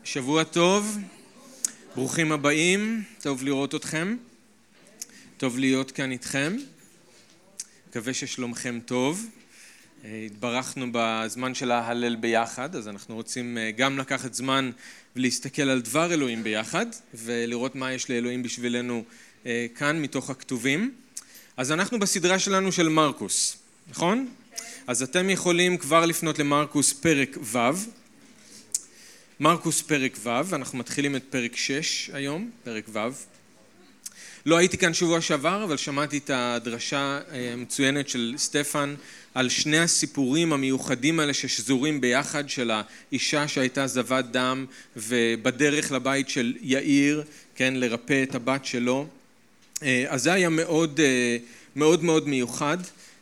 שבוע טוב, ברוכים הבאים, טוב לראות אתכם, טוב להיות כאן איתכם, מקווה ששלומכם טוב. התברכנו בזמן של ההלל ביחד, אז אנחנו רוצים גם לקחת זמן ולהסתכל על דבר אלוהים ביחד, ולראות מה יש לאלוהים בשבילנו כאן מתוך הכתובים. אז אנחנו בסדרה שלנו של מרקוס, נכון? אז אתם יכולים כבר לפנות למרקוס פרק ו', מרקוס פרק ו', אנחנו מתחילים את פרק 6 היום, פרק ו'. לא הייתי כאן שבוע שעבר, אבל שמעתי את הדרשה המצוינת של סטפן על שני הסיפורים המיוחדים האלה ששזורים ביחד, של האישה שהייתה זבת דם ובדרך לבית של יאיר, כן, לרפא את הבת שלו. אז זה היה מאוד מאוד מאוד מיוחד,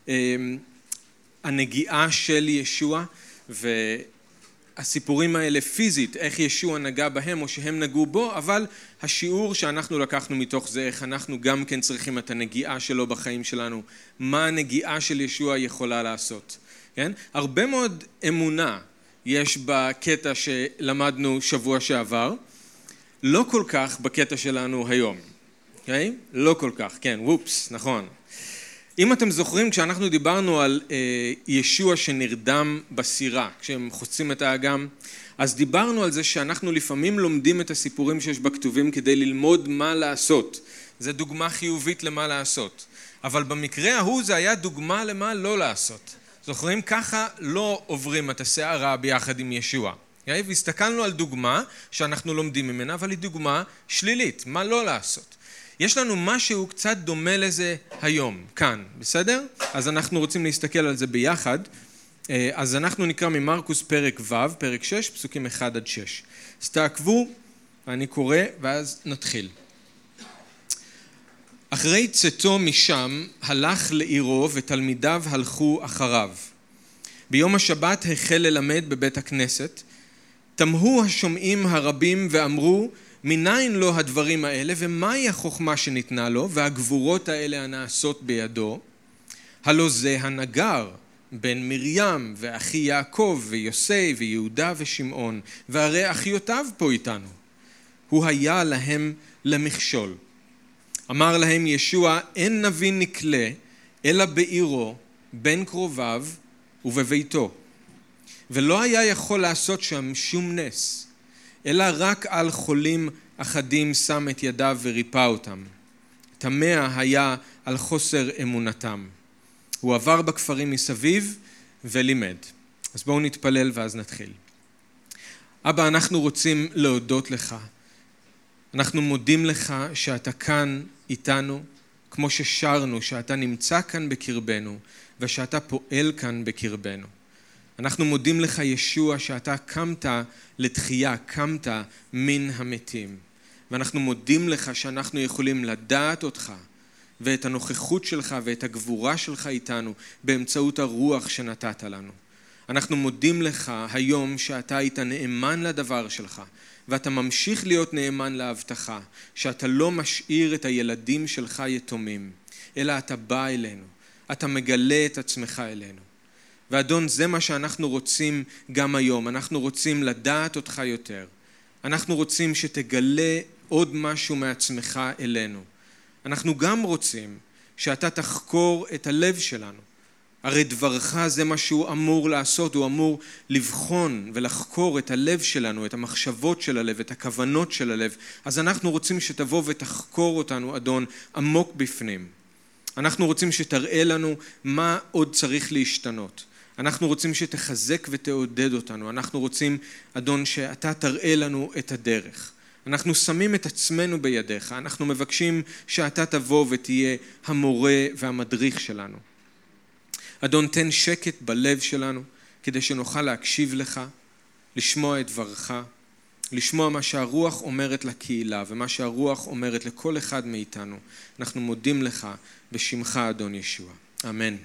הנגיעה של ישוע והסיפורים האלה פיזית, איך ישוע נגע בהם או שהם נגעו בו, אבל השיעור שאנחנו לקחנו מתוך זה, איך אנחנו גם כן צריכים את הנגיעה שלו בחיים שלנו, מה הנגיעה של ישוע יכולה לעשות. כן? הרבה מאוד אמונה יש בקטע שלמדנו שבוע שעבר, לא כל כך בקטע שלנו היום. Okay? לא כל כך, כן, וופס, נכון. אם אתם זוכרים, כשאנחנו דיברנו על ישוע שנרדם בסירה, כשהם חוצים את האגם, אז דיברנו על זה שאנחנו לפעמים לומדים את הסיפורים שיש בכתובים כדי ללמוד מה לעשות. זה דוגמה חיובית למה לעשות. אבל במקרה ההוא זה היה דוגמה למה לא לעשות. זוכרים? ככה לא עוברים את הסערה ביחד עם ישוע. Okay? והסתכלנו על דוגמה שאנחנו לומדים ממנה, אבל היא דוגמה שלילית, מה לא לעשות. יש לנו משהו קצת דומה לזה היום, כאן, בסדר? אז אנחנו רוצים להסתכל על זה ביחד. אז אנחנו נקרא ממרקוס פרק ו', פרק 6, פסוקים 1-6. אז תעקבו, אני קורא, ואז נתחיל. אחרי צאתו משם, הלך לעירו ותלמידיו הלכו אחריו. ביום השבת החל ללמד בבית הכנסת. תמהו השומעים הרבים ואמרו, מניין לו הדברים האלה ומהי החוכמה שניתנה לו והגבורות האלה הנעשות בידו? הלא זה הנגר, בן מרים ואחי יעקב ויוסי ויהודה ושמעון, והרי אחיותיו פה איתנו. הוא היה להם למכשול. אמר להם ישוע, אין נביא נקלה אלא בעירו, בין קרוביו ובביתו. ולא היה יכול לעשות שם שום נס. אלא רק על חולים אחדים שם את ידיו וריפא אותם. תמה היה על חוסר אמונתם. הוא עבר בכפרים מסביב ולימד. אז בואו נתפלל ואז נתחיל. אבא, אנחנו רוצים להודות לך. אנחנו מודים לך שאתה כאן איתנו, כמו ששרנו, שאתה נמצא כאן בקרבנו, ושאתה פועל כאן בקרבנו. אנחנו מודים לך ישוע שאתה קמת לתחייה, קמת מן המתים. ואנחנו מודים לך שאנחנו יכולים לדעת אותך ואת הנוכחות שלך ואת הגבורה שלך איתנו באמצעות הרוח שנתת לנו. אנחנו מודים לך היום שאתה היית נאמן לדבר שלך ואתה ממשיך להיות נאמן להבטחה, שאתה לא משאיר את הילדים שלך יתומים, אלא אתה בא אלינו, אתה מגלה את עצמך אלינו. ואדון, זה מה שאנחנו רוצים גם היום. אנחנו רוצים לדעת אותך יותר. אנחנו רוצים שתגלה עוד משהו מעצמך אלינו. אנחנו גם רוצים שאתה תחקור את הלב שלנו. הרי דברך זה מה שהוא אמור לעשות. הוא אמור לבחון ולחקור את הלב שלנו, את המחשבות של הלב, את הכוונות של הלב. אז אנחנו רוצים שתבוא ותחקור אותנו, אדון, עמוק בפנים. אנחנו רוצים שתראה לנו מה עוד צריך להשתנות. אנחנו רוצים שתחזק ותעודד אותנו. אנחנו רוצים, אדון, שאתה תראה לנו את הדרך. אנחנו שמים את עצמנו בידיך. אנחנו מבקשים שאתה תבוא ותהיה המורה והמדריך שלנו. אדון, תן שקט בלב שלנו, כדי שנוכל להקשיב לך, לשמוע את דברך, לשמוע מה שהרוח אומרת לקהילה, ומה שהרוח אומרת לכל אחד מאיתנו. אנחנו מודים לך בשמך, אדון ישוע. אמן.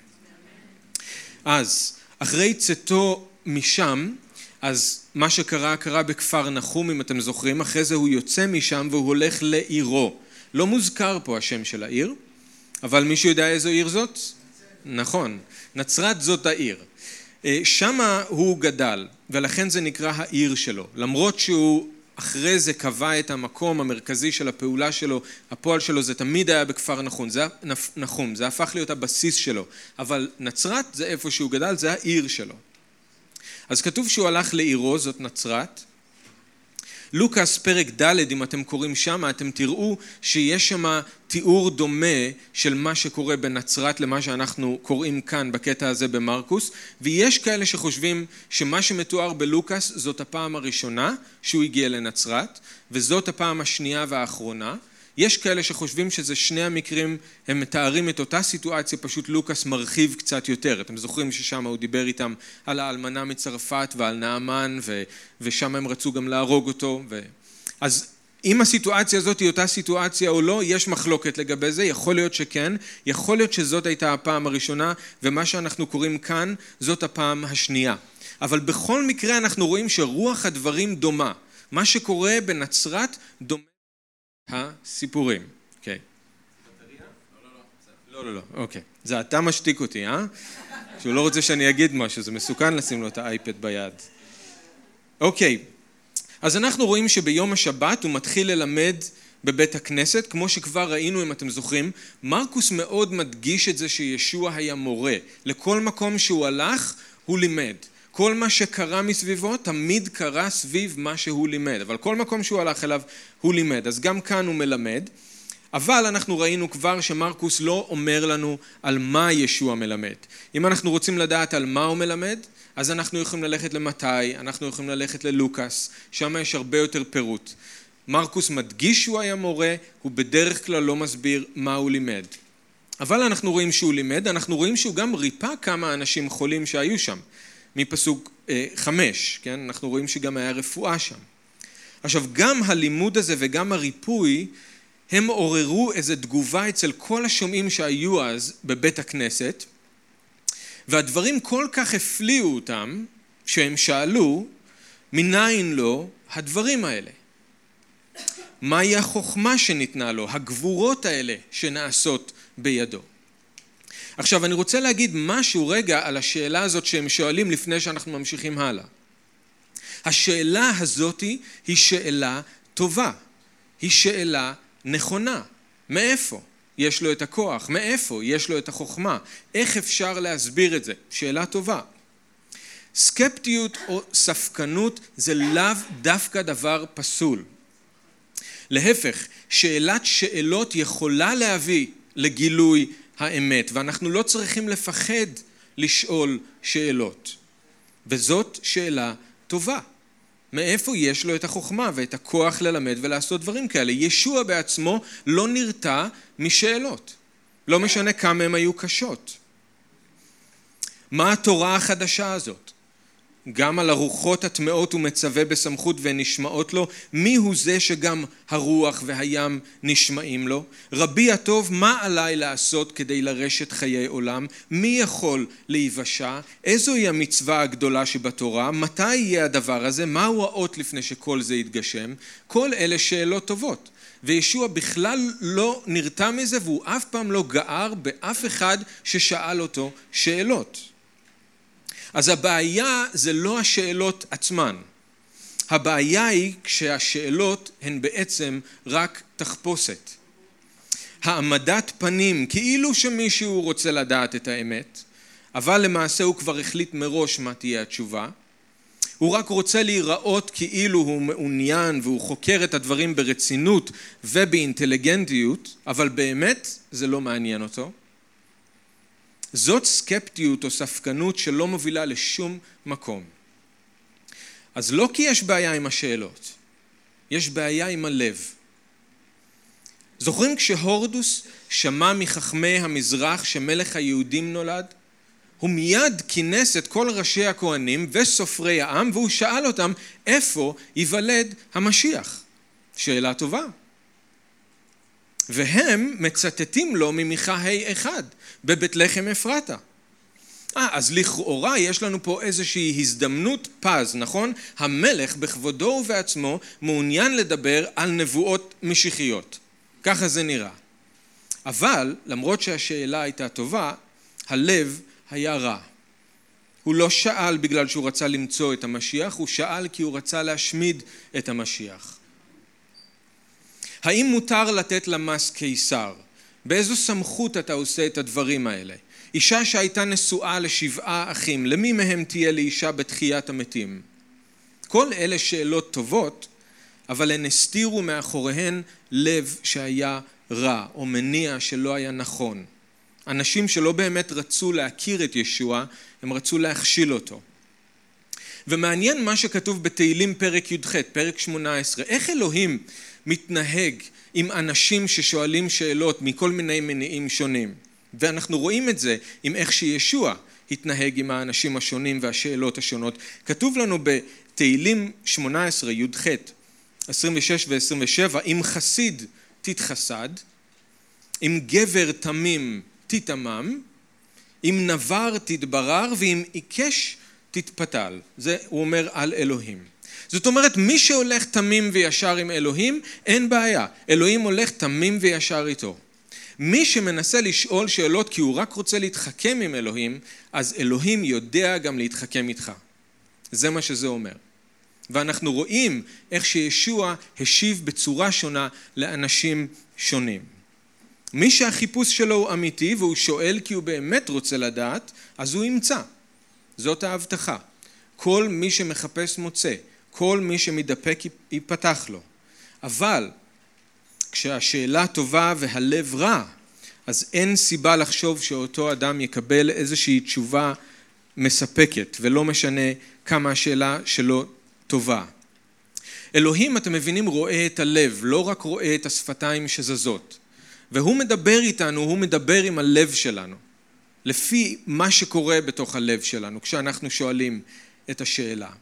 אז אחרי צאתו משם, אז מה שקרה, קרה בכפר נחום, אם אתם זוכרים. אחרי זה הוא יוצא משם והוא הולך לעירו. לא מוזכר פה השם של העיר, אבל מישהו יודע איזו עיר זאת? נכון, נצרת זאת העיר. שמה הוא גדל, ולכן זה נקרא העיר שלו. למרות שהוא אחרי זה קבע את המקום המרכזי של הפעולה שלו, הפועל שלו זה תמיד היה בכפר נחום, זה הפך להיות הבסיס שלו, אבל נצרת זה איפה שהוא גדל, זה העיר שלו. אז כתוב שהוא הלך לעירו, זאת נצרת. לוקאס פרק ד' אם אתם קוראים שם, אתם תראו שיש שם תיאור דומה של מה שקורה בנצרת למה שאנחנו קוראים כאן בקטע הזה במרקוס, ויש כאלה שחושבים שמה שמתואר בלוקאס זאת הפעם הראשונה שהוא הגיע לנצרת, וזאת הפעם השנייה והאחרונה. יש כאלה שחושבים שזה שני המקרים, הם מתארים את אותה סיטואציה, פשוט לוקאס מרחיב קצת יותר. אתם זוכרים ששם הוא דיבר איתם על האלמנה מצרפת ועל נעמן, ושם הם רצו גם להרוג אותו. אז אם הסיטואציה הזאת היא אותה סיטואציה או לא, יש מחלוקת לגבי זה, יכול להיות שכן, יכול להיות שזאת הייתה הפעם הראשונה, ומה שאנחנו קוראים כאן זאת הפעם השנייה. אבל בכל מקרה אנחנו רואים שרוח הדברים דומה. מה שקורה בנצרת דומה הסיפורים. אוקיי. לא, אוקיי. זה אתה משתיק אותי, שהוא לא רוצה שאני אגיד משהו, זה מסוכן לשים לו את האייפד ביד. אוקיי. אז אנחנו רואים שביום השבת הוא מתחיל ללמד בבית הכנסת, כמו שכבר ראינו אם אתם זוכרים, מרקוס מאוד מדגיש את זה שישוע היה מורה. לכל מקום שהוא הלך, הוא לימד. כל מה שקרה מסביבו תמיד קרה סביב מה שהוא לימד, אבל כל מקום שהוא הלך אליו הוא לימד, אז גם כאן הוא מלמד, אבל אנחנו ראינו כבר שמרקוס לא אומר לנו על מה ישוע מלמד. אם אנחנו רוצים לדעת על מה הוא מלמד, אז אנחנו יכולים ללכת למתי, אנחנו יכולים ללכת ללוקאס, שם יש הרבה יותר פירוט. מרקוס מדגיש שהוא היה מורה, הוא בדרך כלל לא מסביר מה הוא לימד. אבל אנחנו רואים שהוא לימד, אנחנו רואים שהוא גם ריפא כמה אנשים חולים שהיו שם. מפסוק 5, כן? אנחנו רואים שגם היה רפואה שם. עכשיו, גם הלימוד הזה וגם הריפוי, הם עוררו איזו תגובה אצל כל השומעים שהיו אז בבית הכנסת, והדברים כל כך הפליאו אותם, שהם שאלו, מניין לו הדברים האלה? מהי החוכמה שניתנה לו, הגבורות האלה שנעשות בידו? עכשיו, אני רוצה להגיד משהו רגע על השאלה הזאת שהם שואלים לפני שאנחנו ממשיכים הלאה. השאלה הזאת היא שאלה טובה, היא שאלה נכונה. מאיפה יש לו את הכוח? מאיפה יש לו את החוכמה? איך אפשר להסביר את זה? שאלה טובה. סקפטיות או ספקנות זה לאו דווקא דבר פסול. להפך, שאלת שאלות יכולה להביא לגילוי האמת, ואנחנו לא צריכים לפחד לשאול שאלות. וזאת שאלה טובה. מאיפה יש לו את החוכמה ואת הכוח ללמד ולעשות דברים כאלה? ישוע בעצמו לא נרתע משאלות. לא משנה כמה הם היו קשות. מה התורה החדשה הזאת? גם על הרוחות הטמאות הוא מצווה בסמכות ונשמעות לו. מי הוא זה שגם הרוח והים נשמעים לו? רבי הטוב, מה עליי לעשות כדי לרשת חיי עולם? מי יכול להיוושע? איזו היא המצווה הגדולה שבתורה? מתי יהיה הדבר הזה? מהו האות לפני שכל זה יתגשם? כל אלה שאלות טובות. וישוע בכלל לא נרתע מזה, והוא אף פעם לא גער באף אחד ששאל אותו שאלות. אז הבעיה זה לא השאלות עצמן. הבעיה היא כשהשאלות הן בעצם רק תחפושת. העמדת פנים, כאילו שמישהו רוצה לדעת את האמת, אבל למעשה הוא כבר החליט מראש מה תהיה התשובה. הוא רק רוצה להיראות כאילו הוא מעוניין והוא חוקר את הדברים ברצינות ובאינטליגנטיות, אבל באמת זה לא מעניין אותו. זאת סקפטיות או ספקנות שלא מובילה לשום מקום. אז לא כי יש בעיה עם השאלות, יש בעיה עם הלב. זוכרים כשהורדוס שמע מחכמי המזרח שמלך היהודים נולד? הוא מיד כינס את כל ראשי הכהנים וסופרי העם והוא שאל אותם איפה ייוולד המשיח. שאלה טובה. והם מצטטים לו ממיכה ה'1 בבית לחם אפרתה. אז לכאורה יש לנו פה איזושהי הזדמנות פז, נכון? המלך בכבודו ובעצמו מעוניין לדבר על נבואות משיחיות. ככה זה נראה. אבל למרות שהשאלה הייתה טובה, הלב היה רע. הוא לא שאל בגלל שהוא רצה למצוא את המשיח, הוא שאל כי הוא רצה להשמיד את המשיח. האם מותר לתת למס קיסר? באיזו סמכות אתה עושה את הדברים האלה? אישה שהייתה נשואה ל7 אחים, למי מהם תהיה לאישה בתחיית המתים? כל אלה שאלות טובות, אבל הן הסתירו מאחוריהן לב שהיה רע, או מניע שלא היה נכון. אנשים שלא באמת רצו להכיר את ישוע, הם רצו להכשיל אותו. ומעניין מה שכתוב בתהילים פרק י"ח, פרק 18, איך אלוהים מתנהג עם אנשים ששואלים שאלות מכל מיני מניעים שונים. ואנחנו רואים את זה עם איך שישוע התנהג עם האנשים השונים והשאלות השונות. כתוב לנו בתהילים 18 י"ח 26 ו-27, אם חסיד תתחסד, אם גבר תמים תתמם, אם נבר תתברר, ואם עיקש תתפתל. זה הוא אומר על אלוהים. זאת אומרת, מי שהולך תמים וישר עם אלוהים, אין בעיה. אלוהים הולך תמים וישר איתו. מי שמנסה לשאול שאלות כי הוא רק רוצה להתחכם עם אלוהים, אז אלוהים יודע גם להתחכם איתך. זה מה שזה אומר. ואנחנו רואים איך שישוע השיב בצורה שונה לאנשים שונים. מי שהחיפוש שלו הוא אמיתי והוא שואל כי הוא באמת רוצה לדעת, אז הוא ימצא. זאת ההבטחה. כל מי שמחפש מוצא, כל מי שמתדפק ייפתח לו. אבל כשהשאלה טובה והלב רע, אז אין סיבה לחשוב שאותו אדם יקבל איזושהי תשובה מספקת, ולא משנה כמה השאלה שלו טובה. אלוהים, אתם מבינים, רואה את הלב, לא רק רואה את השפתיים שזזות. והוא מדבר איתנו, הוא מדבר עם הלב שלנו, לפי מה שקורה בתוך הלב שלנו, כשאנחנו שואלים את השאלה.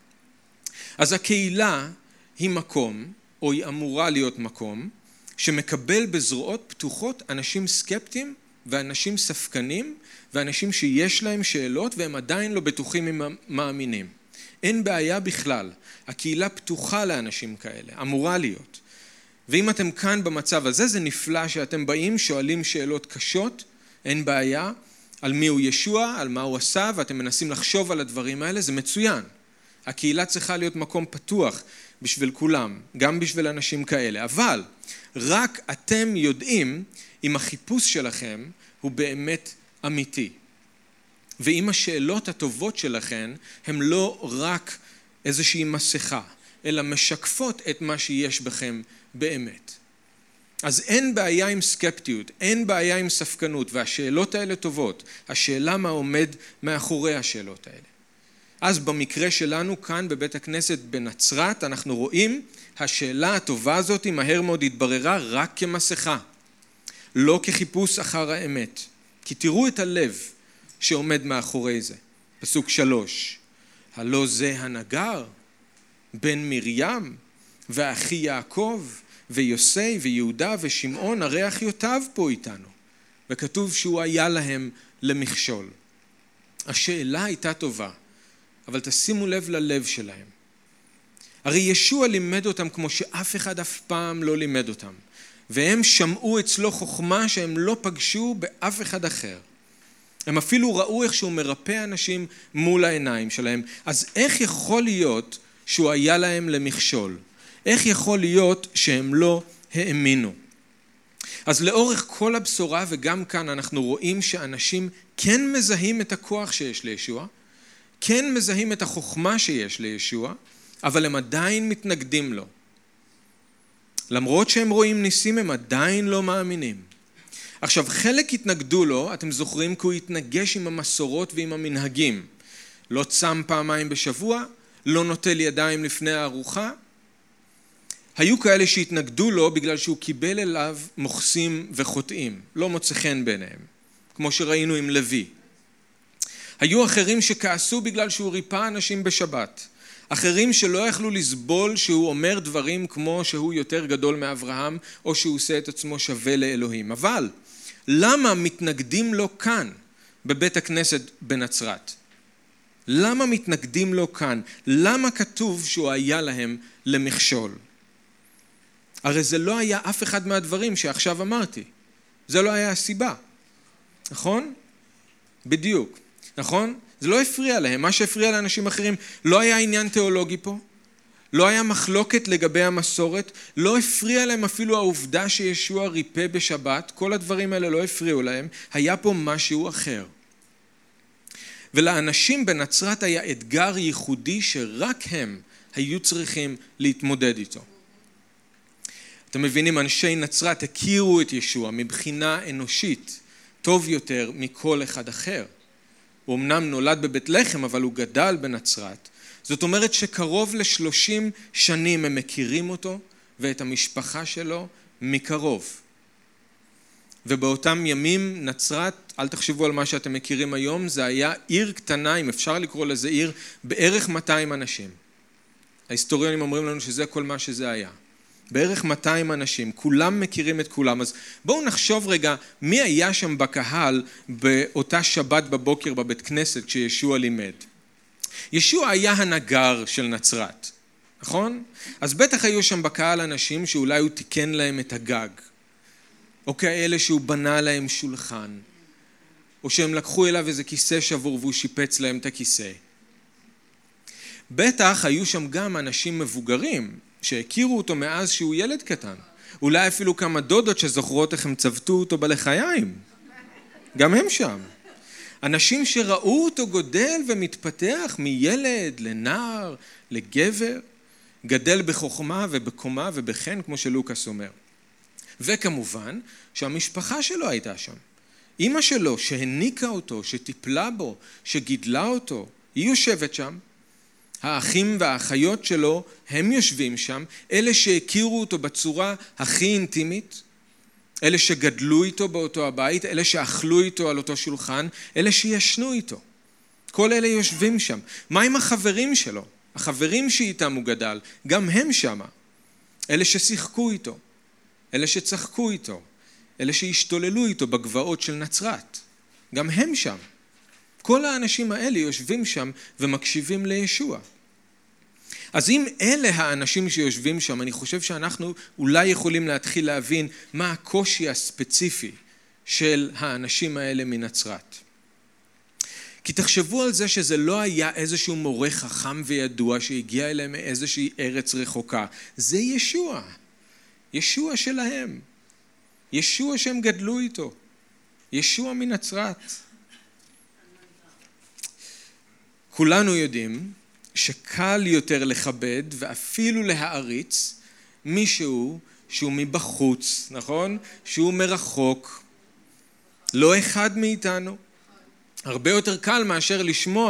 אז הקהילה היא מקום, או היא אמורה להיות מקום, שמקבל בזרועות פתוחות אנשים סקפטיים ואנשים ספקנים, ואנשים שיש להם שאלות והם עדיין לא בטוחים אם מאמינים. אין בעיה בכלל, הקהילה פתוחה לאנשים כאלה, אמורה להיות. ואם אתם כאן במצב הזה, זה נפלא שאתם באים, שואלים שאלות קשות, אין בעיה, על מי הוא ישוע, על מה הוא עשה, ואתם מנסים לחשוב על הדברים האלה, זה מצוין. הקהילה צריכה להיות מקום פתוח בשביל כולם, גם בשביל אנשים כאלה. אבל רק אתם יודעים אם החיפוש שלכם הוא באמת אמיתי. ואם השאלות הטובות שלכם הם לא רק איזושהי מסכה, אלא משקפות את מה שיש בכם באמת. אז אין בעיה עם סקפטיות, אין בעיה עם ספקנות, והשאלות האלה טובות. השאלה מה עומד מאחורי השאלות האלה. אז במקרה שלנו כאן בבית הכנסת בנצרת, אנחנו רואים השאלה הטובה הזאת מהר מאוד התבררה רק כמסכה, לא כחיפוש אחר האמת. כי תראו את הלב שעומד מאחורי זה. פסוק 3, הלא זה הנגר, בן מרים, ואחי יעקב, ויוסי ויהודה ושמעון, הרי אחיותיו פה איתנו. וכתוב שהוא היה להם למכשול. השאלה הייתה טובה, אבל תשימו לב ללב שלהם. הרי ישוע לימד אותם כמו שאף אחד אף פעם לא לימד אותם. והם שמעו אצלו חוכמה שהם לא פגשו באף אחד אחר. הם אפילו ראו איך שהוא מרפא אנשים מול העיניים שלהם. אז איך יכול להיות שהוא היה להם למכשול? איך יכול להיות שהם לא האמינו? אז לאורך כל הבשורה וגם כאן אנחנו רואים שאנשים כן מזהים את הכוח שיש לישוע, כן מזהים את החוכמה שיש לישוע, אבל הם עדיין מתנגדים לו. למרות שהם רואים ניסים הם עדיין לא מאמינים. עכשיו חלק התנגדו לו, אתם זוכרים, כי הוא התנגש עם המסורות ועם המנהגים. לא צם פעמיים בשבוע, לא נוטל ידיים לפני הארוחה. היו כאלה שהתנגדו לו בגלל שהוא קיבל אליו מוכסים וחוטאים, לא מוצא חן ביניהם, כמו שראינו עם לוי. היו אחרים שכעסו בגלל שהוא ריפא אנשים בשבת. אחרים שלא יכלו לסבול שהוא אומר דברים כמו שהוא יותר גדול מאברהם, או שהוא עושה את עצמו שווה לאלוהים. אבל למה מתנגדים לו כאן בבית הכנסת בנצרת? למה מתנגדים לו כאן? למה כתוב שהוא היה להם למכשול? הרי זה לא היה אף אחד מהדברים שעכשיו אמרתי. זה לא היה הסיבה. נכון? בדיוק. נכון? זה לא הפריע להם. מה שהפריע לאנשים אחרים לא היה עניין תיאולוגי פה, לא היה מחלוקת לגבי המסורת, לא הפריע להם אפילו העובדה שישוע ריפא בשבת, כל הדברים האלה לא הפריעו להם, היה פה משהו אחר. ולאנשים בנצרת היה אתגר ייחודי שרק הם היו צריכים להתמודד איתו. אתם מבינים, אנשי נצרת הכירו את ישוע מבחינה אנושית טוב יותר מכל אחד אחר. הוא אמנם נולד בבית לחם, אבל הוא גדל בנצרת. זאת אומרת שקרוב ל30 שנים הם מכירים אותו ואת המשפחה שלו מקרוב. ובאותם ימים נצרת, אל תחשבו על מה שאתם מכירים היום, זה היה עיר קטנה, אם אפשר לקרוא לזה עיר, בערך 200 אנשים. ההיסטוריונים אומרים לנו שזה כל מה שזה היה. בערך 200 אנשים, כולם מכירים את כולם. אז בואו נחשוב רגע מי היה שם בקהל באותה שבת בבוקר בבית כנסת כשישוע לימד. ישוע היה הנגר של נצרת, נכון? אז בטח היו שם בקהל אנשים שאולי הוא תיקן להם את הגג, או כאלה שהוא בנה להם שולחן, או שהם לקחו אליו איזה כיסא שבור והוא שיפץ להם את הכיסא. בטח היו שם גם אנשים מבוגרים שהכירו אותו מאז שהוא ילד קטן. אולי אפילו כמה דודות שזוכרות איך הם צוותו אותו בלחיים. גם הם שם. אנשים שראו אותו גודל ומתפתח מילד לנער, לגבר, גדל בחוכמה ובקומה ובחן כמו שלוקס אומר. וכמובן שהמשפחה שלו הייתה שם. אמא שלו שהניקה אותו, שטיפלה בו, שגידלה אותו, היא יושבת שם. האחים והאחיות שלו הם יושבים שם, אלה שהכירו אותו בצורה הכי אינטימית, אלה שגדלו איתו באותו הבית, אלה שאכלו איתו על אותו שולחן, אלה שישנו איתו. כל אלה יושבים שם. מה עם החברים שלו? החברים שאיתם הוא גדל, גם הם שם. אלה ששיחקו איתו, אלה שצחקו איתו, אלה שהשתוללו איתו בגבעות של נצרת. גם הם שם. כל האנשים האלה יושבים שם ומקשיבים לישוע. אז אם אלה האנשים שיושבים שם, אני חושב שאנחנו אולי יכולים להתחיל להבין מה הקושי הספציפי של האנשים האלה מנצרת. כי תחשבו על זה שזה לא היה איזשהו מורה חכם וידוע שהגיע אליהם מאיזושהי ארץ רחוקה. זה ישוע. ישוע שלהם. ישוע שהם גדלו איתו. ישוע מנצרת. כולנו יודעים שקל יותר לכבד ואפילו להעריץ מישהו שהוא מבחוץ, נכון? שהוא מרחוק, לא אחד מאיתנו. הרבה יותר קל מאשר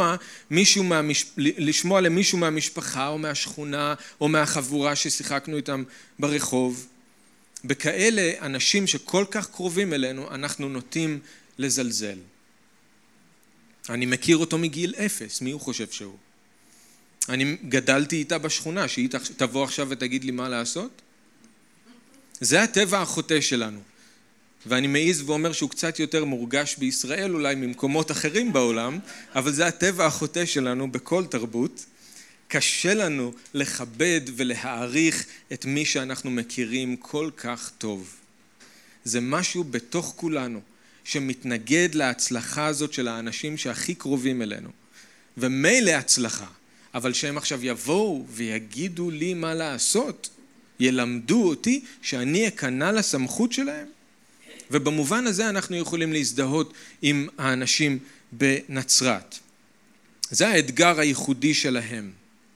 לשמוע למישהו מהמשפחה או מהשכונה או מהחבורה ששיחקנו איתם ברחוב. בכאלה אנשים שכל כך קרובים אלינו אנחנו נוטים לזלזל. אני מכיר אותו מגיל 0, מי הוא חושב שהוא? אני גדלתי איתה בשכונה, שהיא תבוא עכשיו ותגיד לי מה לעשות? זה הטבע החוטא שלנו. ואני מעיז ואומר שהוא קצת יותר מורגש בישראל, אולי ממקומות אחרים בעולם, אבל זה הטבע החוטא שלנו בכל תרבות. קשה לנו לכבד ולהעריך את מי שאנחנו מכירים כל כך טוב. זה משהו בתוך כולנו. שמתנגד להצלחה הזאת של האנשים שהכי קרובים אלינו. ומילא הצלחה, אבל שהם עכשיו יבואו ויגידו לי מה לעשות, ילמדו אותי שאני אכנע לסמכות שלהם. ובמובן הזה אנחנו יכולים להזדהות עם האנשים בנצרת. זה האתגר הייחודי שלהם.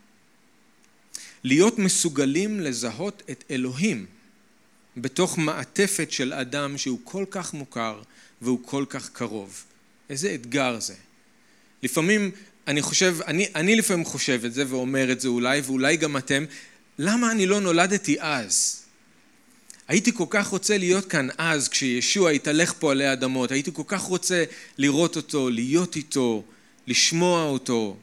להיות מסוגלים לזהות את אלוהים בתוך מעטפת של אדם שהוא כל כך מוכר והוא כל כך קרוב. איזה אתגר זה. לפעמים אני לפעמים חושב את זה ואומר את זה אולי, ואולי גם אתם, למה אני לא נולדתי אז? הייתי כל כך רוצה להיות כאן אז, כשישוע התהלך פה עלי האדמות, הייתי כל כך רוצה לראות אותו, להיות איתו, לשמוע אותו.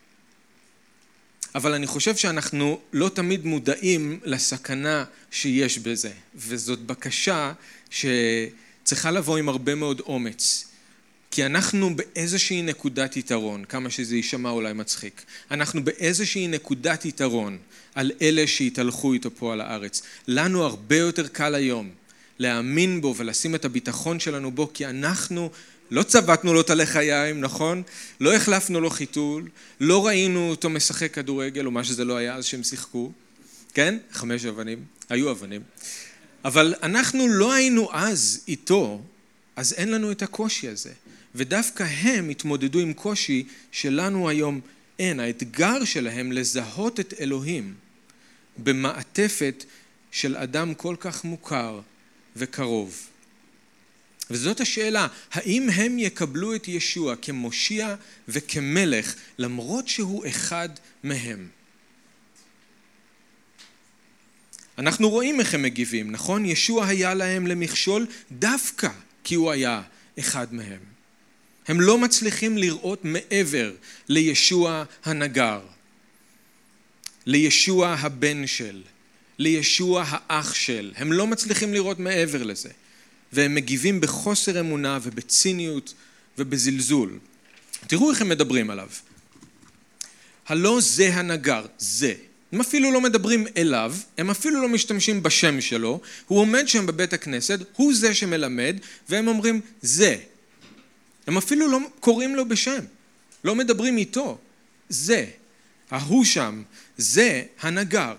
אבל אני חושב שאנחנו לא תמיד מודעים לסכנה שיש בזה, וזאת בקשה שצריכה לבוא עם הרבה מאוד אומץ. כי אנחנו באיזושהי נקודת יתרון, כמה שזה יישמע אולי מצחיק, אנחנו באיזושהי נקודת יתרון על אלה שהתהלכו איתו פה על הארץ. לנו הרבה יותר קל היום להאמין בו ולשים את הביטחון שלנו בו, כי אנחנו לא צבטנו לו את הלחיים, נכון? לא החלפנו לו חיתול, לא ראינו אותו משחק כדורגל, או מה שזה לא היה אז שהם שיחקו, כן? 5 אבנים, היו אבנים. אבל אנחנו לא היינו אז איתו, אז אין לנו את הקושי הזה. ודווקא הם התמודדו עם קושי שלנו היום אין. האתגר שלהם לזהות את אלוהים במעטפת של אדם כל כך מוכר וקרוב. וזאת השאלה, האם הם יקבלו את ישוע כמושיע וכמלך, למרות שהוא אחד מהם? אנחנו רואים איך הם מגיבים, נכון? ישוע היה להם למכשול דווקא כי הוא היה אחד מהם. הם לא מצליחים לראות מעבר לישוע הנגר, לישוע הבן של, לישוע האח של. הם לא מצליחים לראות מעבר לזה. והם מגיבים בחוסר אמונה ובציניות ובזלזול. תראו איך הם מדברים עליו. הלא זה הנגר, זה. הם אפילו לא מדברים אליו, הם אפילו לא משתמשים בשם שלו, הוא עומד שם בבית הכנסת, הוא זה שמלמד, והם אומרים זה. הם אפילו לא קוראים לו בשם, לא מדברים איתו, זה. ההוא שם, זה הנגר.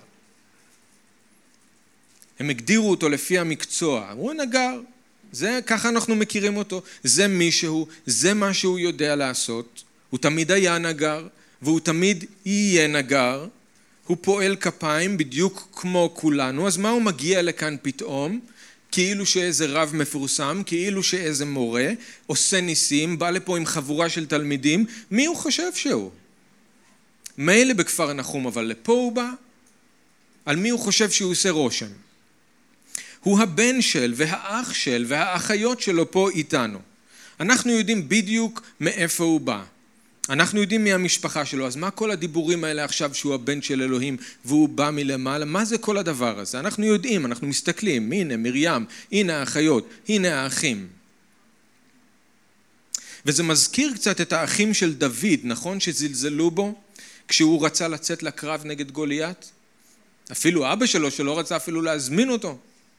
הם הגדירו אותו לפי המקצוע, הוא הנגר, זה, ככה אנחנו מכירים אותו, זה מישהו, זה מה שהוא יודע לעשות, הוא תמיד היה נגר, והוא תמיד יהיה נגר, הוא פועל כפיים בדיוק כמו כולנו, אז מה הוא מגיע לכאן פתאום? כאילו שאיזה רב מפורסם, כאילו שאיזה מורה, עושה ניסים, בא לפה עם חבורה של תלמידים, מי הוא חושב שהוא? מילא בכפר נחום, אבל לפה הוא בא? על מי הוא חושב שהוא עושה רושם? הוא הבן של והאח של והאחיות שלו פה איתנו. אנחנו יודעים בדיוק מאיפה הוא בא. אנחנו יודעים מי המשפחה שלו, אז מה כל הדיבורים האלה עכשיו שהוא הבן של אלוהים והוא בא מלמעלה? מה זה כל הדבר הזה? אנחנו יודעים, אנחנו מסתכלים, הנה מרים, הנה האחיות, הנה האחים. וזה מזכיר קצת את האחים של דוד, נכון? שזלזלו בו כשהוא רצה לצאת לקרב נגד גוליית? אפילו אבא שלו רצה אפילו להזמין אותו.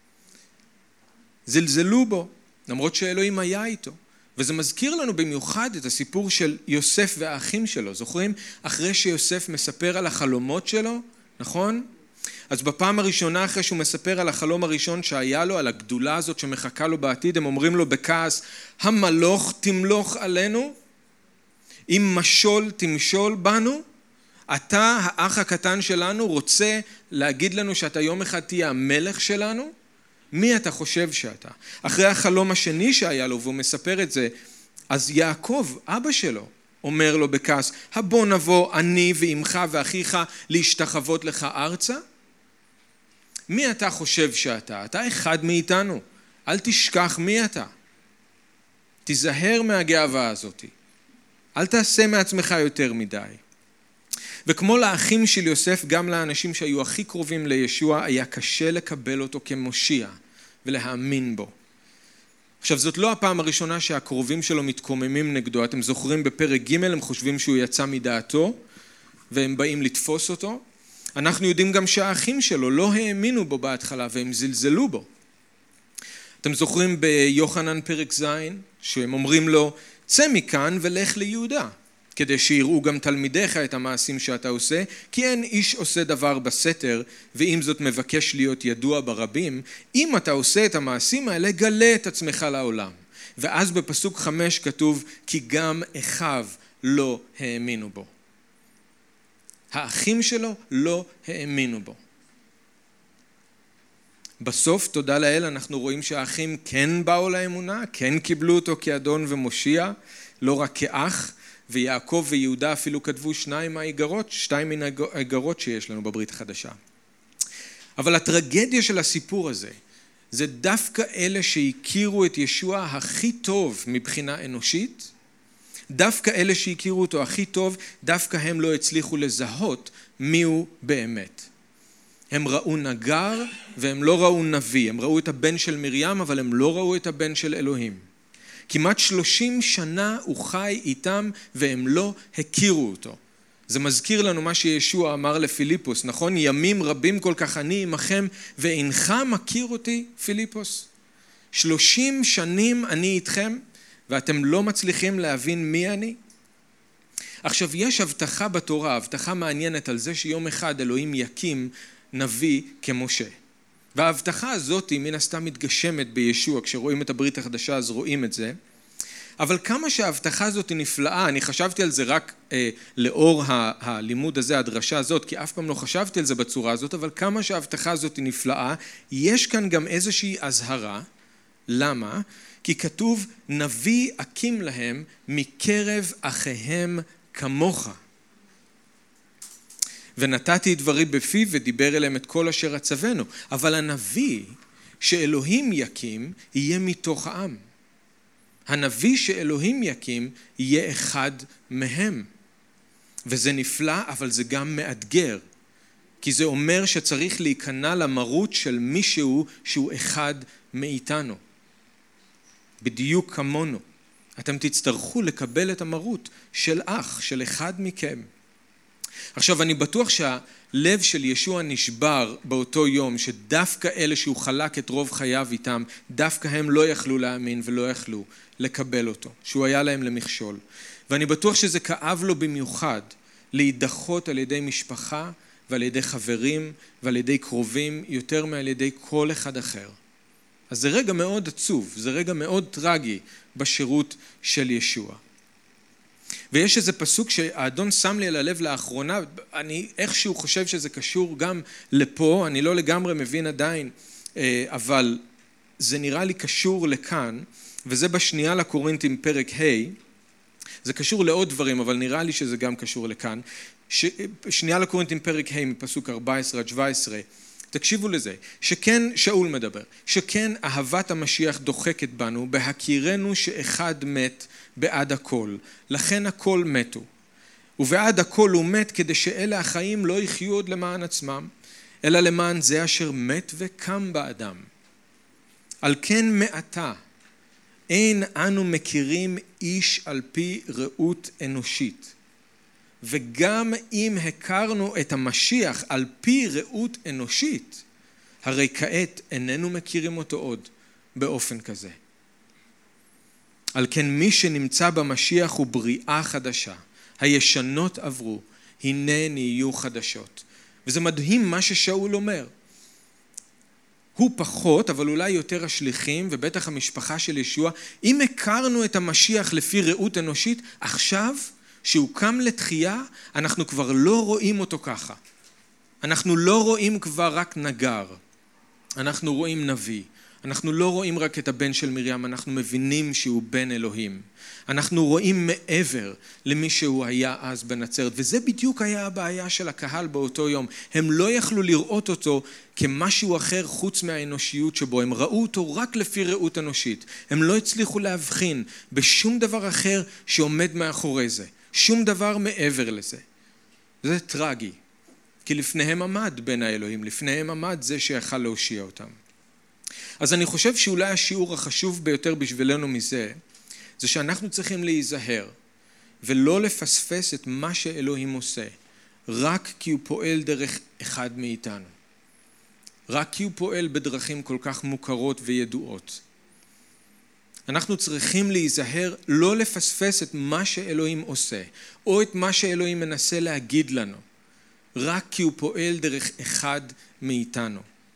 זלזלו בו, למרות שאלוהים היה איתו. וזה מזכיר לנו במיוחד את הסיפור של יוסף והאחים שלו. זוכרים? אחרי שיוסף מספר על החלומות שלו, נכון? אז בפעם הראשונה אחרי שהוא מספר על החלום הראשון שהיה לו, על הגדולה הזאת שמחכה לו בעתיד, הם אומרים לו בכעס, המלוך תמלוך עלינו, אם משול תמשול בנו, אתה האח הקטן שלנו רוצה להגיד לנו שאתה יום אחד תהיה המלך שלנו? מי אתה חושב שאתה? אחרי החלום השני שהיה לו, והוא מספר את זה, אז יעקב, אבא שלו, אומר לו בכעס, הבוא נבוא אני ואמך ואחיך להשתחוות לך ארצה? מי אתה חושב שאתה? אתה אחד מאיתנו. אל תשכח מי אתה. תיזהר מהגאווה הזאת. אל תעשה מעצמך יותר מדי. וכמו לאחים של יוסף, גם לאנשים שהיו הכי קרובים לישוע, היה קשה לקבל אותו כמושיע ולהאמין בו. עכשיו, זאת לא הפעם הראשונה שהקרובים שלו מתקוממים נגדו. אתם זוכרים בפרק ג' הם חושבים שהוא יצא מדעתו, והם באים לתפוס אותו. אנחנו יודעים גם שהאחים שלו לא האמינו בו בהתחלה, והם זלזלו בו. אתם זוכרים ביוחנן פרק ז', שהם אומרים לו, צא מכאן ולך ליהודה. כדי שיראו גם תלמידיך את המעשים שאתה עושה, כי אין איש עושה דבר בסתר, ואם זאת מבקש להיות ידוע ברבים, אם אתה עושה את המעשים האלה, גלה את עצמך לעולם. ואז בפסוק 5 כתוב, כי גם אחיו לא האמינו בו. האחים שלו לא האמינו בו. בסוף, תודה לאל, אנחנו רואים שהאחים כן באו לאמונה, כן קיבלו אותו כאדון ומושיע, לא רק כאח, ויעקב ויהודה אפילו כתבו 2 מן האיגרות שיש לנו בברית החדשה. אבל הטרגדיה של הסיפור הזה, זה דווקא אלה שהכירו את ישוע הכי טוב מבחינה אנושית, דווקא אלה שהכירו אותו הכי טוב, דווקא הם לא הצליחו לזהות מיהו באמת. הם ראו נגר והם לא ראו נביא, הם ראו את הבן של מרים, אבל הם לא ראו את הבן של אלוהים. כמעט 30 שנה הוא חי איתם והם לא הכירו אותו. זה מזכיר לנו מה שישוע אמר לפיליפוס, נכון? ימים רבים כל כך אני עמכם ואינך מכיר אותי, פיליפוס. 30 שנים אני איתכם ואתם לא מצליחים להבין מי אני? עכשיו, יש הבטחה בתורה, הבטחה מעניינת על זה שיום אחד אלוהים יקים נביא כמשה. וההבטחה הזאת מן הסתם מתגשמת בישוע, כשרואים את הברית החדשה אז רואים את זה. אבל כמה שההבטחה הזאת היא נפלאה, אני חשבתי על זה רק לאור הלימוד הזה, הדרשה הזאת, כי אף פעם לא חשבתי על זה בצורה הזאת, אבל כמה שההבטחה הזאת היא נפלאה, יש כאן גם איזושהי הזהרה. למה? כי כתוב, נביא אקים להם מקרב אחיהם כמוך. ונתתי את דברי בפיו ודיבר אליהם את כל אשר אצוונו. אבל הנביא שאלוהים יקים יהיה מתוך העם. הנביא שאלוהים יקים יהיה אחד מהם. וזה נפלא, אבל זה גם מאתגר. כי זה אומר שצריך להיכנע למרות של מישהו שהוא אחד מאיתנו. בדיוק כמונו. אתם תצטרכו לקבל את המרות של אח, של אחד מכם. עכשיו, אני בטוח שהלב של ישוע נשבר באותו יום, שדווקא אלה שהוא חלק את רוב חייו איתם, דווקא הם לא יכלו להאמין ולא יכלו לקבל אותו, שהוא היה להם למכשול. ואני בטוח שזה כאב לו במיוחד להידחות על ידי משפחה ועל ידי חברים ועל ידי קרובים, יותר מעל ידי כל אחד אחר. אז זה רגע מאוד עצוב, זה רגע מאוד טרגי בשירות של ישוע. ויש איזה פסוק שהאדון שם לי על הלב לאחרונה, אני איכשהו חושב שזה קשור גם לפה, אני לא לגמרי מבין עדיין, אבל זה נראה לי קשור לכאן, וזה בשנייה לקורינתים פרק ה', זה קשור לעוד דברים, אבל נראה לי שזה גם קשור לכאן. שנייה לקורינתים פרק ה' מפסוק 14 עד 17, תקשיבו לזה, שכן, שאול מדבר, שכן אהבת המשיח דוחקת בנו, בהכירנו שאחד מת בעד הכל, לכן הכל מתו. ובעד הכל הוא מת כדי שאלה החיים לא יחיו עוד למען עצמם, אלא למען זה אשר מת וקם באדם. על כן מעתה, אין אנו מכירים איש על פי ראות אנושית. וגם אם הכרנו את המשיח על פי ראות אנושית, הרי כעת איננו מכירים אותו עוד באופן כזה. על כן מי שנמצא במשיח הוא בריאה חדשה. הישנות עברו, הנה נהיו חדשות. וזה מדהים מה ששאול אומר. הוא פחות, אבל אולי יותר השליחים, ובטח המשפחה של ישוע, אם הכרנו את המשיח לפי ראות אנושית, עכשיו שהוא קם לתחייה, אנחנו כבר לא רואים אותו ככה. אנחנו לא רואים כבר רק נגר. אנחנו רואים נביא. אנחנו לא רואים רק את הבן של מרים, אנחנו מבינים שהוא בן אלוהים. אנחנו רואים מעבר למי שהוא היה אז בנצרת, וזה בדיוק היה הבעיה של הקהל באותו יום. הם לא יכלו לראות אותו כמשהו אחר חוץ מהאנושיות שבו, הם ראו אותו רק לפי ראות אנושית. הם לא הצליחו להבחין בשום דבר אחר שעומד מאחורי זה, שום דבר מעבר לזה. זה טרגי, כי לפניהם עמד בן האלוהים, לפניהם עמד זה שיכל להושיע אותם. אז אני חושב שאולי השיעור החשוב ביותר בשבילנו מזה, זה שאנחנו צריכים להיזהר, ולא לפספס את מה שאלוהים עושה, רק כי הוא פועל דרך אחד מאיתנו. רק כי הוא פועל בדרכים כל כך מוכרות וידועות. אנחנו צריכים להיזהר, לא לפספס את מה שאלוהים עושה, או את מה שאלוהים מנסה להגיד לנו, רק כי הוא פועל דרך אחד מאיתנו.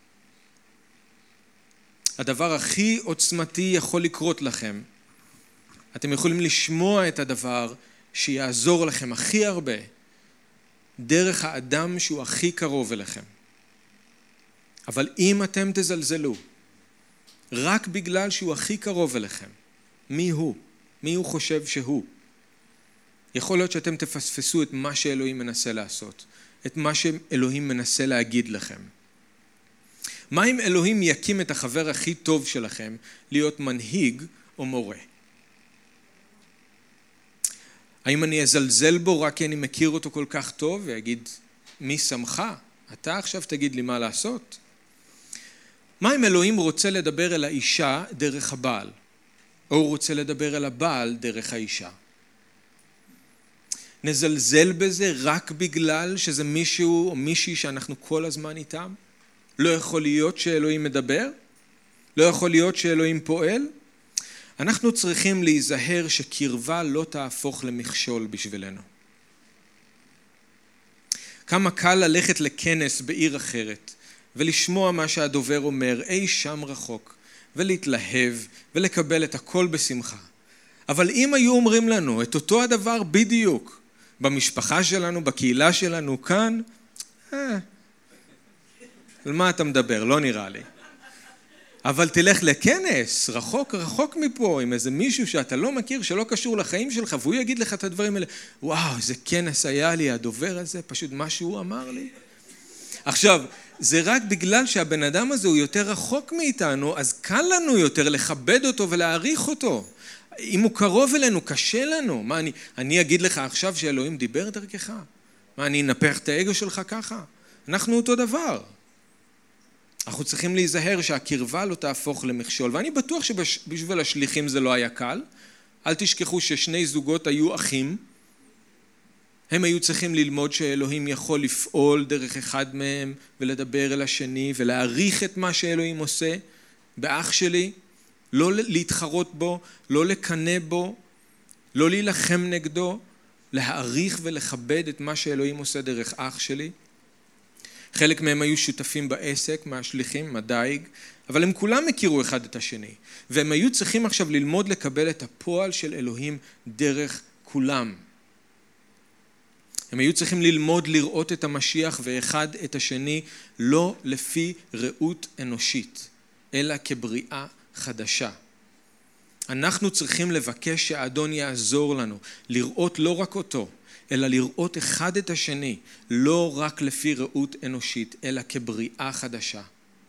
הדבר הכי עוצמתי יכול לקרות לכם, אתם יכולים לשמוע את הדבר שיעזור לכם הכי הרבה, דרך האדם שהוא הכי קרוב אליכם. אבל אם אתם תזלזלו, רק בגלל שהוא הכי קרוב אליכם, מי הוא? מי הוא חושב שהוא? יכול להיות שאתם תפספסו את מה שאלוהים מנסה לעשות, את מה שאלוהים מנסה להגיד לכם. מה אם אלוהים יקים את החבר הכי טוב שלכם להיות מנהיג או מורה? האם אני אזלזל בו רק כי אני מכיר אותו כל כך טוב ויגיד, מי שמך? אתה עכשיו תגיד לי מה לעשות? מה אם אלוהים רוצה לדבר אל האישה דרך הבעל? או הוא רוצה לדבר אל הבעל דרך האישה? נזלזל בזה רק בגלל שזה מישהו או מישהי שאנחנו כל הזמן איתם? לא יכול להיות שאלוהים מדבר? לא יכול להיות שאלוהים פועל? אנחנו צריכים להיזהר שקרבה לא תהפוך למכשול בשבילנו. כמה קל ללכת לכנס בעיר אחרת ולשמוע מה שהדובר אומר אי שם רחוק ולהתלהב ולקבל את הכל בשמחה. אבל אם היו אומרים לנו את אותו הדבר בדיוק במשפחה שלנו, בקהילה שלנו כאן, על מה אתה מדבר? לא נראה לי. אבל תלך לכנס, רחוק מפה, עם איזה מישהו שאתה לא מכיר, שלא קשור לחיים שלך, והוא יגיד לך את הדברים האלה, וואו, איזה כנס היה לי, הדובר הזה, פשוט מה שהוא אמר לי. עכשיו, זה רק בגלל שהבן אדם הזה הוא יותר רחוק מאיתנו, אז קל לנו יותר לכבד אותו ולהעריך אותו. אם הוא קרוב אלינו, קשה לנו. מה, אני אגיד לך עכשיו שאלוהים דיבר דרכך? מה, אני אנפח את האגו שלך ככה? אנחנו אותו דבר. אנחנו צריכים להיזהר שהקרבה לא תהפוך למכשול, ואני בטוח שבשביל השליחים זה לא היה קל. אל תשכחו ששני זוגות היו אחים, הם היו צריכים ללמוד שאלוהים יכול לפעול דרך אחד מהם ולדבר אל השני ולהעריך את מה שאלוהים עושה באח שלי, לא להתחרות בו, לא לקנא בו, לא להילחם נגדו, להעריך ולכבד את מה שאלוהים עושה דרך אח שלי. חלק מהם היו שותפים בעסק, מהשליחים, מהדייג, אבל הם כולם הכירו אחד את השני, והם היו צריכים עכשיו ללמוד לקבל את הפועל של אלוהים דרך כולם. הם היו צריכים ללמוד לראות את המשיח ואחד את השני לא לפי ראות אנושית, אלא כבריאה חדשה. אנחנו צריכים לבקש שהאדון יעזור לנו, לראות לא רק אותו, אלא לראות אחד את השני, לא רק לפי ראות אנושית, אלא כבריאה חדשה.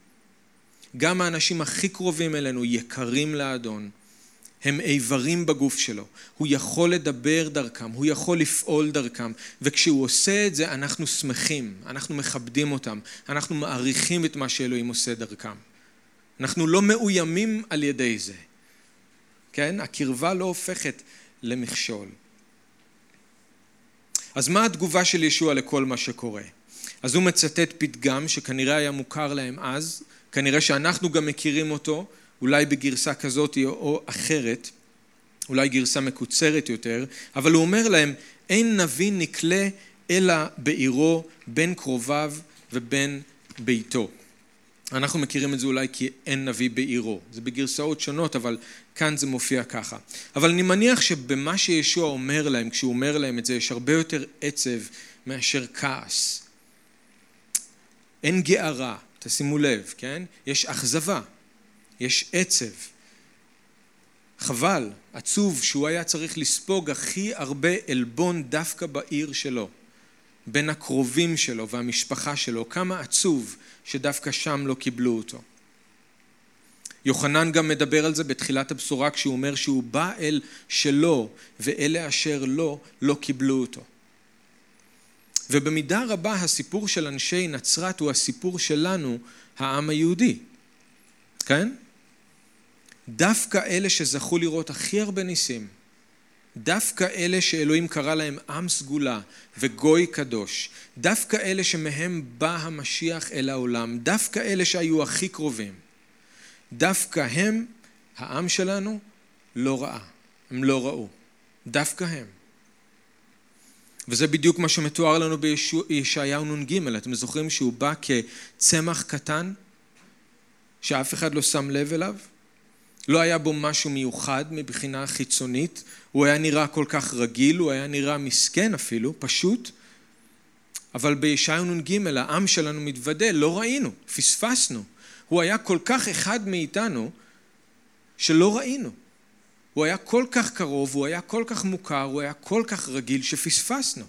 גם האנשים הכי קרובים אלינו יקרים לאדון, הם איברים בגוף שלו. הוא יכול לדבר דרכם, הוא יכול לפעול דרכם, וכשהוא עושה את זה אנחנו שמחים, אנחנו מכבדים אותם, אנחנו מעריכים את מה שאלוהים עושה דרכם. אנחנו לא מאוימים על ידי זה. כן? הקרבה לא הופכת למכשול. אז מה התגובה של ישוע לכל מה שקורה? אז הוא מצטט פתגם שכנראה היה מוכר להם אז, כנראה שאנחנו גם מכירים אותו, אולי בגרסה כזאת או אחרת, אולי גרסה מקוצרת יותר, אבל הוא אומר להם, אין נביא נקלה אלא בעירו בין קרוביו ובין ביתו. אנחנו מכירים את זה אולי כי אין נביא בעירו. זה בגרסאות שונות, אבל כאן זה מופיע ככה. אבל אני מניח שבמה שישוע אומר להם, כשהוא אומר להם את זה, יש הרבה יותר עצב מאשר כעס. אין גערה, תשימו לב, כן? יש אכזבה, יש עצב. חבל, עצוב שהוא היה צריך לספוג הכי הרבה אלבון דווקא בעיר שלו, בין הקרובים שלו והמשפחה שלו, כמה עצוב שדווקא שם לא קיבלו אותו. יוחנן גם מדבר על זה בתחילת הבשורה כשהוא אומר שהוא בא אל שלו ואלה אשר לא קיבלו אותו. ובמידה רבה הסיפור של אנשי נצרת הוא הסיפור שלנו, העם היהודי. כן? דווקא אלה שזכו לראות הכי הרבה ניסים, דווקא אלה שאלוהים קרא להם עם סגולה וגוי קדוש, דווקא אלה שמהם בא המשיח אל העולם, דווקא אלה שהיו הכי קרובים, דווקא הם, העם שלנו, לא ראה, הם לא ראו, דווקא הם. וזה בדיוק מה שמתואר לנו בישעיהו נ"ג, אתם זוכרים שהוא בא כצמח קטן, שאף אחד לא שם לב אליו? לא היה בו משהו מיוחד מבחינה חיצונית, הוא היה נראה כל כך רגיל, הוא היה נראה מסכן אפילו, פשוט, אבל בישעיהו נ"ג העם שלנו מתוודה, לא ראינו, פספסנו. הוא היה כל כך אחד מאיתנו שלא ראינו. הוא היה כל כך קרוב, הוא היה כל כך מוכר, הוא היה כל כך רגיל שפספסנו.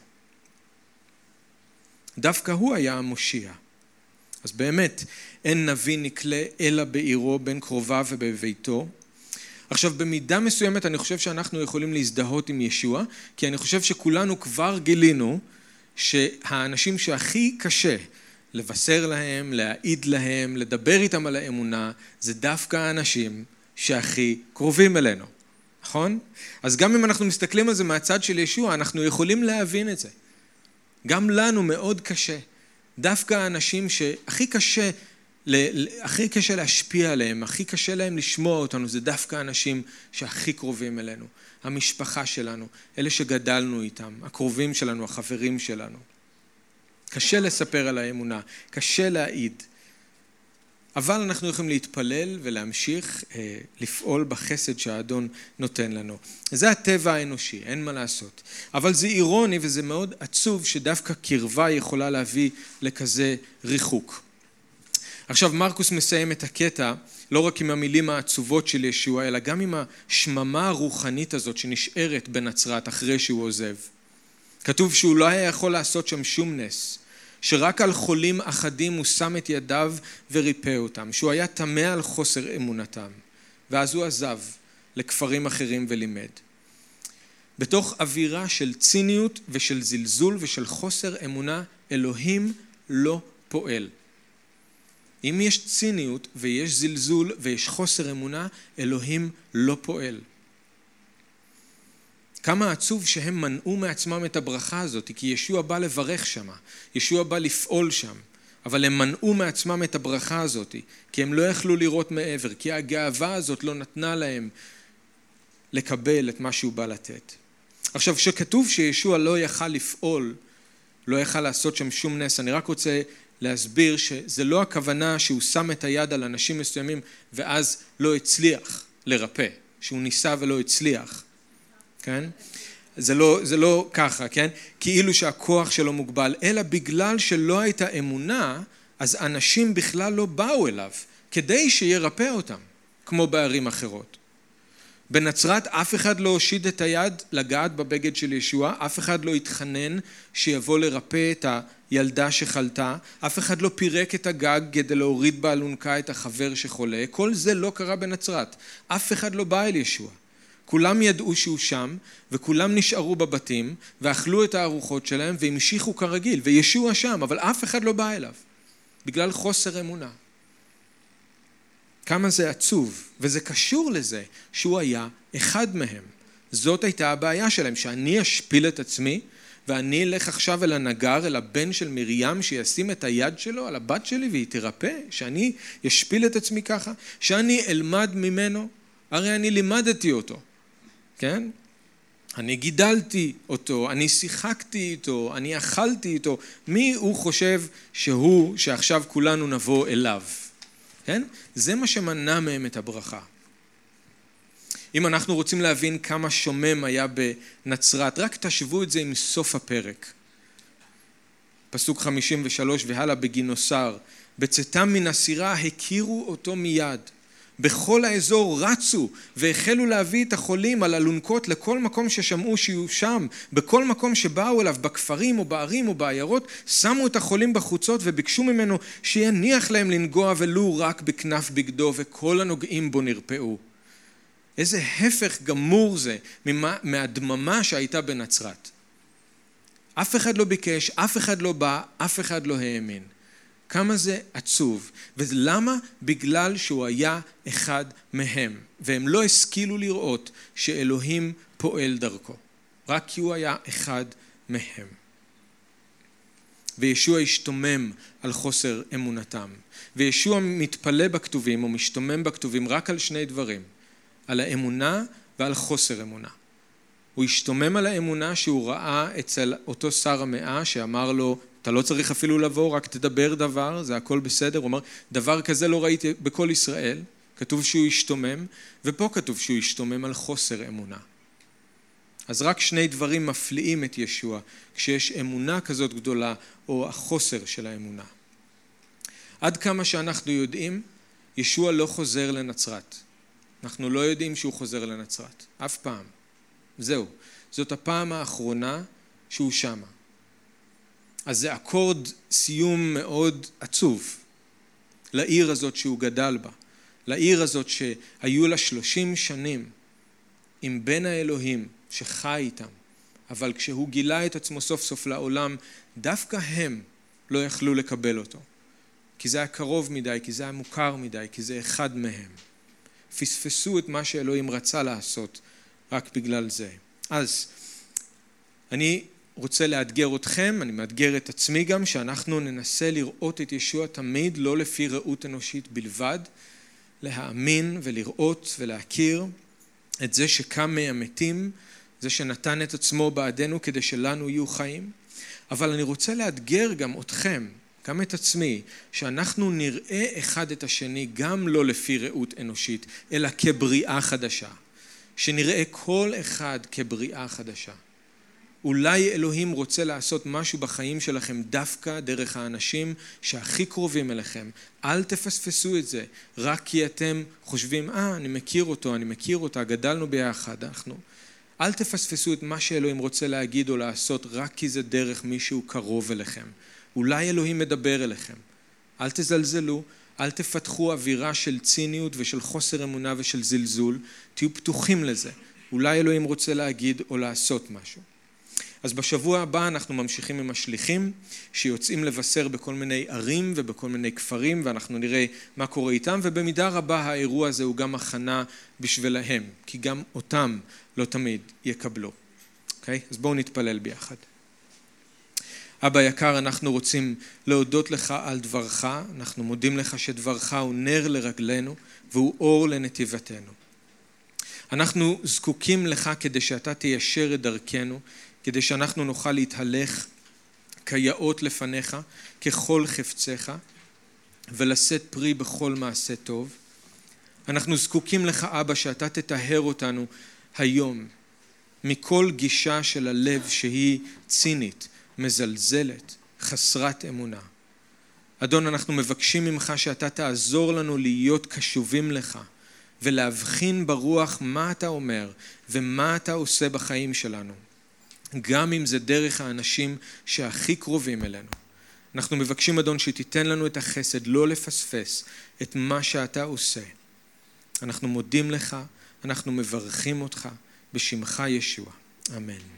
דווקא הוא היה המושיע. אז באמת, אין נביא נקלה אלא בעירו בין קרוביו ובביתו. עכשיו, במידה מסוימת אני חושב שאנחנו יכולים להזדהות עם ישוע, כי אני חושב שכולנו כבר גילינו שהאנשים שהכי קשה לבשר להם, להעיד להם, לדבר איתם על האמונה, זה דווקא האנשים שהכי קרובים אלינו. נכון? אז גם אם אנחנו מסתכלים על זה מהצד של ישוע, אנחנו יכולים להבין את זה. גם לנו מאוד קשה. דווקא האנשים שהכי קשה הכי קשה להשפיע עליהם, הכי קשה להם לשמוע אותנו, זה דווקא האנשים שהכי קרובים אלינו, המשפחה שלנו, אלה שגדלנו איתם, הקרובים שלנו, החברים שלנו. קשה לספר על האמונה, קשה להעיד, אבל אנחנו יכולים להתפלל ולהמשיך לפעול בחסד שהאדון נותן לנו. זה הטבע האנושי, אין מה לעשות. אבל זה אירוני וזה מאוד עצוב שדווקא קרבה יכולה להביא לכזה ריחוק. עכשיו מרקוס מסיים את הקטע לא רק עם המילים העצובות של ישוע, אלא גם עם השממה הרוחנית הזאת שנשארת בנצרת אחרי שהוא עוזב. כתוב שהוא לא היה יכול לעשות שם שום נס, שרק על חולים אחדים הוא שם את ידיו וריפא אותם, שהוא היה טמא על חוסר אמונתם, ואז הוא עזב לכפרים אחרים ולימד. בתוך אווירה של ציניות ושל זלזול ושל חוסר אמונה, אלוהים לא פועל. אם יש ציניות ויש זלזול ויש חוסר אמונה, אלוהים לא פועל. כמה עצוב שהם מנעו מעצמם את הברכה הזאת, כי ישוע בא לברך שם, ישוע בא לפעול שם, אבל הם מנעו מעצמם את הברכה הזאת, כי הם לא יכלו לראות מעבר, כי הגאווה הזאת לא נתנה להם לקבל את מה שהוא בא לתת. עכשיו, כשכתוב שישוע לא יכל לפעול, לא יכל לעשות שם שום נס, אני רק רוצה להסביר שזה לא הכוונה שהוא שם את היד על אנשים מסוימים ואז לא הצליח לרפא, שהוא ניסה ולא הצליח. כן? זה לא ככה, כן? כאילו שהכוח שלו מוגבל, אלא בגלל שלא הייתה אמונה, אז אנשים בכלל לא באו אליו, כדי שירפא אותם, כמו בערים אחרות. בנצרת אף אחד לא הושיט את היד לגעת בבגד של ישוע, אף אחד לא התחנן שיבוא לרפא את הילדה שחלתה, אף אחד לא פירק את הגג כדי להוריד באלונקה את החבר שחולה, כל זה לא קרה בנצרת, אף אחד לא בא אל ישוע. כולם ידעו שהוא שם, וכולם נשארו בבתים, ואכלו את הארוחות שלהם, והמשיכו כרגיל, וישוע שם, אבל אף אחד לא בא אליו, בגלל חוסר אמונה. כמה זה עצוב, וזה קשור לזה שהוא היה אחד מהם. זאת הייתה הבעיה שלהם, שאני אשפיל את עצמי, ואני אלך עכשיו אל הנגר, אל הבן של מרים, שישים את היד שלו על הבת שלי, והיא תרפא, שאני אשפיל את עצמי ככה, שאני אלמד ממנו, הרי אני לימדתי אותו. כן? אני גידלתי אותו, אני שיחקתי איתו, אני אכלתי איתו. מי הוא חושב שעכשיו כולנו נבוא אליו? כן? זה מה שמנע מהם את הברכה. אם אנחנו רוצים להבין כמה שומם היה בנצרת, רק תשוו את זה עם סוף הפרק. פסוק 53 והלאה בגינוסר, בצאתם מן הסירה הכירו אותו מיד. בכל האזור רצו והחלו להביא את החולים על אלונקות לכל מקום ששמעו שיהיו שם, בכל מקום שבאו אליו, בכפרים או בערים או בעיירות, שמו את החולים בחוצות וביקשו ממנו שיניח להם לנגוע ולו רק בכנף בגדו, וכל הנוגעים בו נרפאו. איזה הפך גמור זה מהדממה שהייתה בנצרת. אף אחד לא ביקש, אף אחד לא בא, אף אחד לא האמין. כמה זה עצוב. ולמה? בגלל שהוא היה אחד מהם. והם לא השכילו לראות שאלוהים פועל דרכו. רק כי הוא היה אחד מהם. וישוע השתומם על חוסר אמונתם. וישוע מתפלא בכתובים או משתומם בכתובים רק על שני דברים. על האמונה ועל חוסר אמונה. הוא השתומם על האמונה שהוא ראה אצל אותו שר המאה שאמר לו, אתה לא צריך אפילו לבוא, רק תדבר דבר, זה הכל בסדר. הוא אמר, דבר כזה לא ראיתי בכל ישראל. כתוב שהוא השתומם, ופה כתוב שהוא השתומם על חוסר אמונה. אז רק שני דברים מפליאים את ישוע, כשיש אמונה כזאת גדולה, או החוסר של האמונה. עד כמה שאנחנו יודעים, ישוע לא חוזר לנצרת. אנחנו לא יודעים שהוא חוזר לנצרת, אף פעם. זהו, זאת הפעם האחרונה שהוא שמה. אז זה אקורד סיום מאוד עצוב לעיר הזאת שהוא גדל בה, לעיר הזאת שהיו לה 30 שנים עם בן האלוהים שחי איתם, אבל כשהוא גילה את עצמו סוף סוף לעולם, דווקא הם לא יכלו לקבל אותו, כי זה היה קרוב מדי, כי זה היה מוכר מדי, כי זה אחד מהם. פספסו את מה שאלוהים רצה לעשות רק בגלל זה. אז אני רוצה לאתגר אתכם, אני מאתגר את עצמי גם, שאנחנו ננסה לראות את ישוע תמיד לא לפי ראות אנושית בלבד, להאמין ולראות ולהכיר את זה שקם מהמתים, זה שנתן את עצמו בעדנו כדי שלנו יהיו חיים. אבל אני רוצה לאתגר גם אתכם, גם את עצמי, שאנחנו נראה אחד את השני גם לא לפי ראות אנושית, אלא כבריאה חדשה. שנראה כל אחד כבריאה חדשה. אולי אלוהים רוצה לעשות משהו בחיים שלכם דווקא דרך האנשים שהכי קרובים אליכם. אל תפספסו את זה, רק כי אתם חושבים, אני מכיר אותו, אני מכיר אותה, גדלנו ביחד, אנחנו. אל תפספסו את מה שאלוהים רוצה להגיד או לעשות, רק כי זה דרך מישהו קרוב אליכם. אולי אלוהים מדבר אליכם. אל תזלזלו, אל תפתחו אווירה של ציניות ושל חוסר אמונה ושל זלזול, תהיו פתוחים לזה. אולי אלוהים רוצה להגיד או לעשות משהו. אז בשבוע הבא אנחנו ממשיכים עם השליחים שיוצאים לבשר בכל מיני ערים ובכל מיני כפרים, ואנחנו נראה מה קורה איתם, ובמידה רבה האירוע הזה הוא גם הכנה בשבילהם, כי גם אותם לא תמיד יקבלו. אוקיי? אז בואו נתפלל ביחד. אבא יקר, אנחנו רוצים להודות לך על דברך, אנחנו מודים לך שדברך הוא נר לרגלינו והוא אור לנתיבתנו. אנחנו זקוקים לך כדי שאתה תיישר את דרכנו, כדי שאנחנו נוכל להתהלך כיאות לפניך, ככל חפציך, ולשאת פרי בכל מעשה טוב. אנחנו זקוקים לך, אבא, שאתה תטהר אותנו היום, מכל גישה של הלב שהיא צינית, מזלזלת, חסרת אמונה. אדון, אנחנו מבקשים ממך שאתה תעזור לנו להיות קשובים לך, ולהבחין ברוח מה אתה אומר, ומה אתה עושה בחיים שלנו. גם אם זה דרך האנשים שהכי קרובים אלינו. אנחנו מבקשים, אדון, שתיתן לנו את החסד, לא לפספס את מה שאתה עושה. אנחנו מודים לך, אנחנו מברכים אותך, בשמך ישוע. אמן.